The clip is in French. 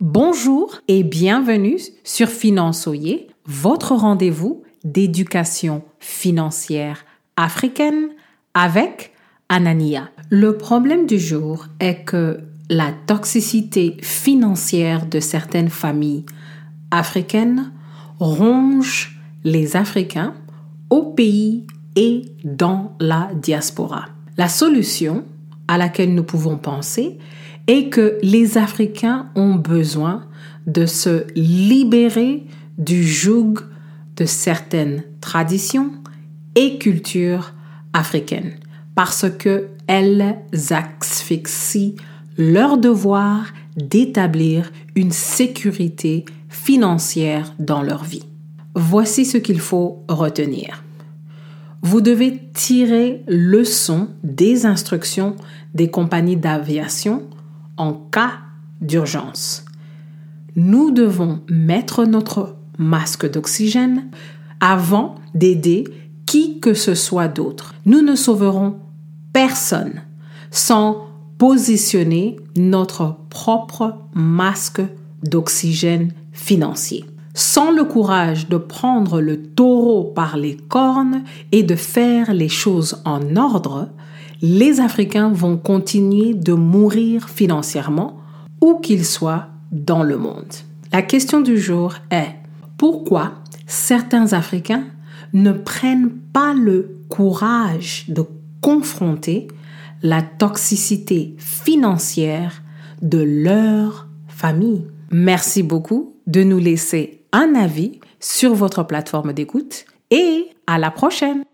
Bonjour et bienvenue sur Finançoyer, votre rendez-vous d'éducation financière africaine avec Anania. Le problème du jour est que la toxicité financière de certaines familles africaines ronge les Africains au pays et dans la diaspora. La solution à laquelle nous pouvons penser est que les Africains ont besoin de se libérer du joug de certaines traditions et cultures africaines parce qu'elles asphyxient leur devoir d'établir une sécurité financière dans leur vie. Voici ce qu'il faut retenir. Vous devez tirer leçon des instructions des compagnies d'aviation en cas d'urgence. Nous devons mettre notre masque d'oxygène avant d'aider qui que ce soit d'autre. Nous ne sauverons personne sans positionner notre propre masque d'oxygène financier. Sans le courage de prendre le taureau par les cornes et de faire les choses en ordre, les Africains vont continuer de mourir financièrement où qu'ils soient dans le monde. La question du jour est: pourquoi certains Africains ne prennent pas le courage de confronter la toxicité financière de leur famille? Merci beaucoup de nous laisser un avis sur votre plateforme d'écoute et à la prochaine!